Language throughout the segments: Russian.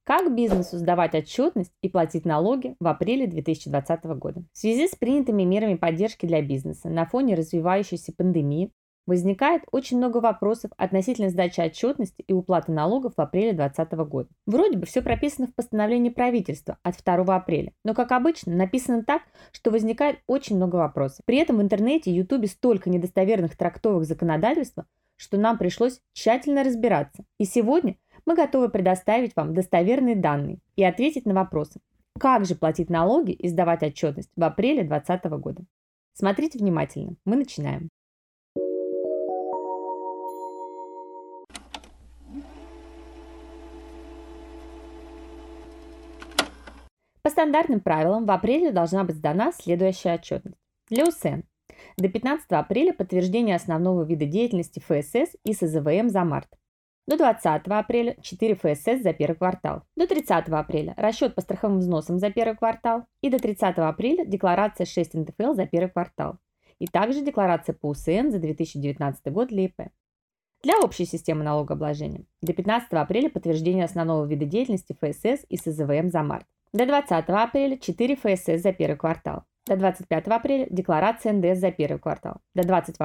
Как бизнесу сдавать отчетность и платить налоги в апреле 2020 года? В связи с принятыми мерами поддержки для бизнеса на фоне развивающейся пандемии возникает очень много вопросов относительно сдачи отчетности и уплаты налогов в апреле 2020 года. Вроде бы все прописано в постановлении правительства от 2 апреля, но, как обычно, написано так, что возникает очень много вопросов. При этом в интернете и Ютубе столько недостоверных трактовок законодательства, что нам пришлось тщательно разбираться. И сегодня мы готовы предоставить вам достоверные данные и ответить на вопросы, как же платить налоги и сдавать отчетность в апреле 2020 года. Смотрите внимательно, мы начинаем. По стандартным правилам в апреле должна быть сдана следующая отчетность. Для УСН до 15 апреля подтверждение основного вида деятельности ФСС и СЗВМ за март. До 20 апреля 4 ФСС за первый квартал. До 30 апреля расчет по страховым взносам за первый квартал. И до 30 апреля декларация 6 НДФЛ за первый квартал. И также декларация по УСН за 2019 год для ИП. Для общей системы налогообложения до 15 апреля подтверждение основного вида деятельности ФСС и СЗВМ за март. До 20 апреля 4 ФСС за первый квартал. До 25 апреля декларация НДС за первый квартал. До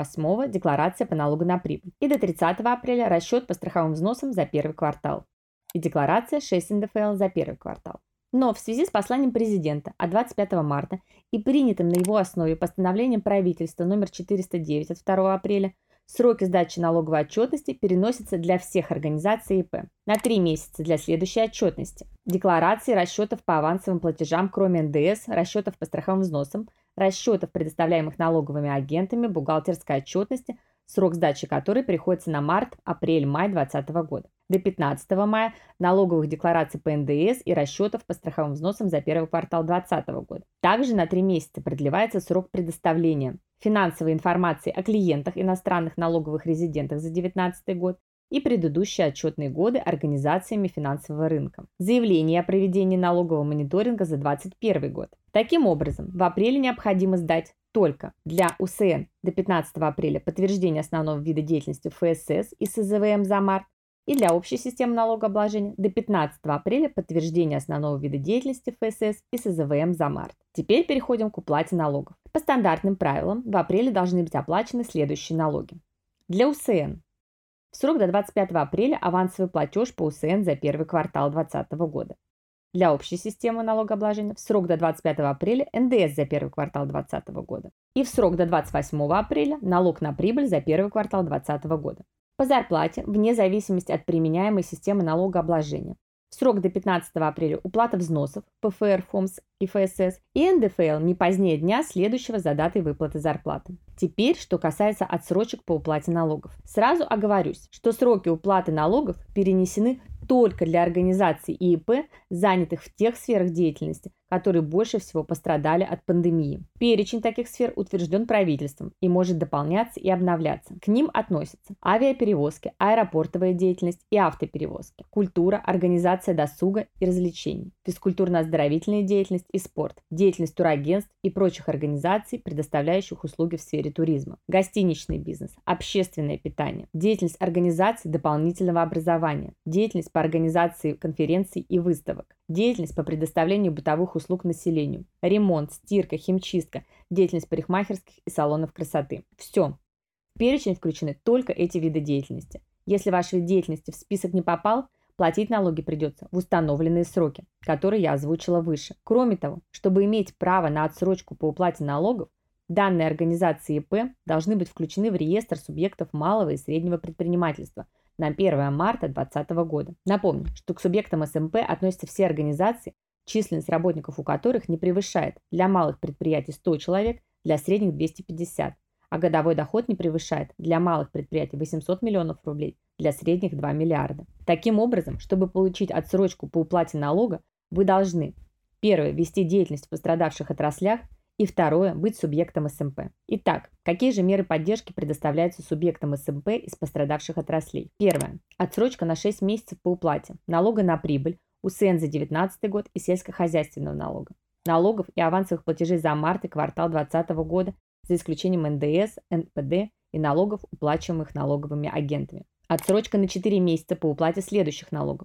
28 декларация по налогу на прибыль. И до 30 апреля расчет по страховым взносам за первый квартал. И декларация 6 НДФЛ за первый квартал. Но в связи с посланием президента от 25 марта и принятым на его основе постановлением правительства номер 409 от 2 апреля, сроки сдачи налоговой отчетности переносятся для всех организаций ИП на 3 месяца для следующей отчетности. Декларации расчетов по авансовым платежам, кроме НДС, расчетов по страховым взносам, расчетов, предоставляемых налоговыми агентами, бухгалтерской отчетности, срок сдачи которой приходится на март, апрель, май 2020 года. До 15 мая налоговых деклараций по НДС и расчетов по страховым взносам за первый квартал 2020 года. Также на 3 месяца продлевается срок предоставления финансовой информации о клиентах иностранных налоговых резидентах за 2019 год и предыдущие отчетные годы организациями финансового рынка. Заявление о проведении налогового мониторинга за 2021 год. Таким образом, в апреле необходимо сдать только для УСН до 15 апреля подтверждение основного вида деятельности ФСС и СЗВМ за март, и для общей системы налогообложения до 15 апреля подтверждение основного вида деятельности ФСС и СЗВМ за март. Теперь переходим к уплате налогов. По стандартным правилам в апреле должны быть оплачены следующие налоги. Для УСН в срок до 25 апреля авансовый платеж по УСН за первый квартал 2020 года. Для общей системы налогообложения в срок до 25 апреля НДС за первый квартал 2020 года. И в срок до 28 апреля налог на прибыль за первый квартал 2020 года. По зарплате, вне зависимости от применяемой системы налогообложения. В срок до 15 апреля уплата взносов ПФР, ФОМС и ФСС и НДФЛ не позднее дня, следующего за датой выплаты зарплаты. Теперь, что касается отсрочек по уплате налогов. Сразу оговорюсь, что сроки уплаты налогов перенесены только для организаций и ИП, занятых в тех сферах деятельности, которые больше всего пострадали от пандемии. Перечень таких сфер утвержден правительством и может дополняться и обновляться. К ним относятся авиаперевозки, аэропортовая деятельность и автоперевозки, культура, организация досуга и развлечений, физкультурно-оздоровительная деятельность и спорт, деятельность турагентств и прочих организаций, предоставляющих услуги в сфере туризма, гостиничный бизнес, общественное питание, деятельность организаций дополнительного образования, деятельность по организации конференций и выставок, деятельность по предоставлению бытовых услуг населению, ремонт, стирка, химчистка, деятельность парикмахерских и салонов красоты. Все. В перечень включены только эти виды деятельности. Если ваш вид деятельности в список не попал, платить налоги придется в установленные сроки, которые я озвучила выше. Кроме того, чтобы иметь право на отсрочку по уплате налогов, данные организации ИП должны быть включены в реестр субъектов малого и среднего предпринимательства на 1 марта 2020 года. Напомню, что к субъектам СМП относятся все организации, численность работников у которых не превышает для малых предприятий 100 человек, для средних 250, а годовой доход не превышает для малых предприятий 800 миллионов рублей, для средних 2 миллиарда. Таким образом, чтобы получить отсрочку по уплате налога, вы должны: первое, вести деятельность в пострадавших отраслях, и второе, быть субъектом СМП. Итак, какие же меры поддержки предоставляются субъектам СМП из пострадавших отраслей? Первое. Отсрочка на 6 месяцев по уплате налога на прибыль, УСН за 2019 год и сельскохозяйственного налога, налогов и авансовых платежей за март и квартал 2020 года, за исключением НДС, НПД и налогов, уплачиваемых налоговыми агентами. Отсрочка на 4 месяца по уплате следующих налогов: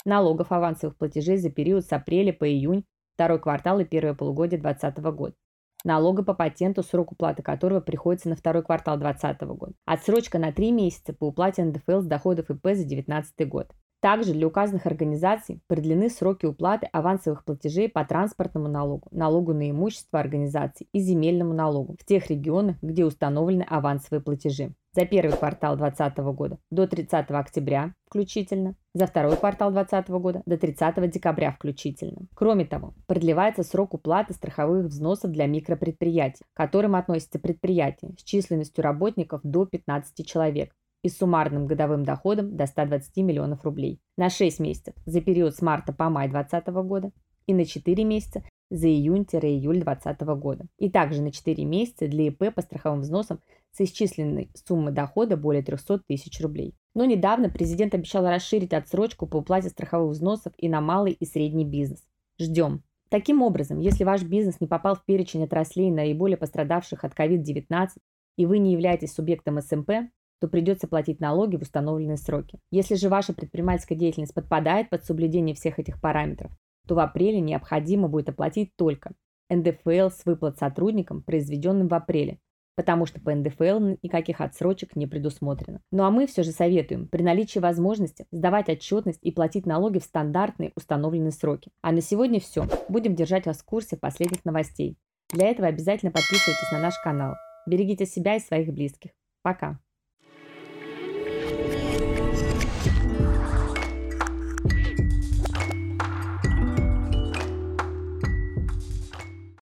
налогов авансовых платежей за период с апреля по июнь, второй квартал и первое полугодие 2020 года, налога по патенту, срок уплаты которого приходится на второй квартал 2020 года, отсрочка на 3 месяца по уплате НДФЛ с доходов ИП за 2019 год. Также для указанных организаций продлены сроки уплаты авансовых платежей по транспортному налогу, налогу на имущество организаций и земельному налогу в тех регионах, где установлены авансовые платежи. За первый квартал 2020 года до 30 октября включительно, за второй квартал 2020 года до 30 декабря включительно. Кроме того, продлевается срок уплаты страховых взносов для микропредприятий, к которым относятся предприятия с численностью работников до 15 человек и с суммарным годовым доходом до 120 миллионов рублей на 6 месяцев за период с марта по май 2020 года и на 4 месяца за июнь-июль 2020 года. И также на 4 месяца для ИП по страховым взносам с исчисленной суммы дохода более 300 тысяч рублей. Но недавно президент обещал расширить отсрочку по уплате страховых взносов и на малый и средний бизнес. Ждем. Таким образом, если ваш бизнес не попал в перечень отраслей, наиболее пострадавших от COVID-19, и вы не являетесь субъектом СМП, то придется платить налоги в установленные сроки. Если же ваша предпринимательская деятельность подпадает под соблюдение всех этих параметров, то в апреле необходимо будет оплатить только НДФЛ с выплат сотрудникам, произведенным в апреле, потому что по НДФЛ никаких отсрочек не предусмотрено. Ну а мы все же советуем при наличии возможности сдавать отчетность и платить налоги в стандартные установленные сроки. А на сегодня все. Будем держать вас в курсе последних новостей. Для этого обязательно подписывайтесь на наш канал. Берегите себя и своих близких. Пока!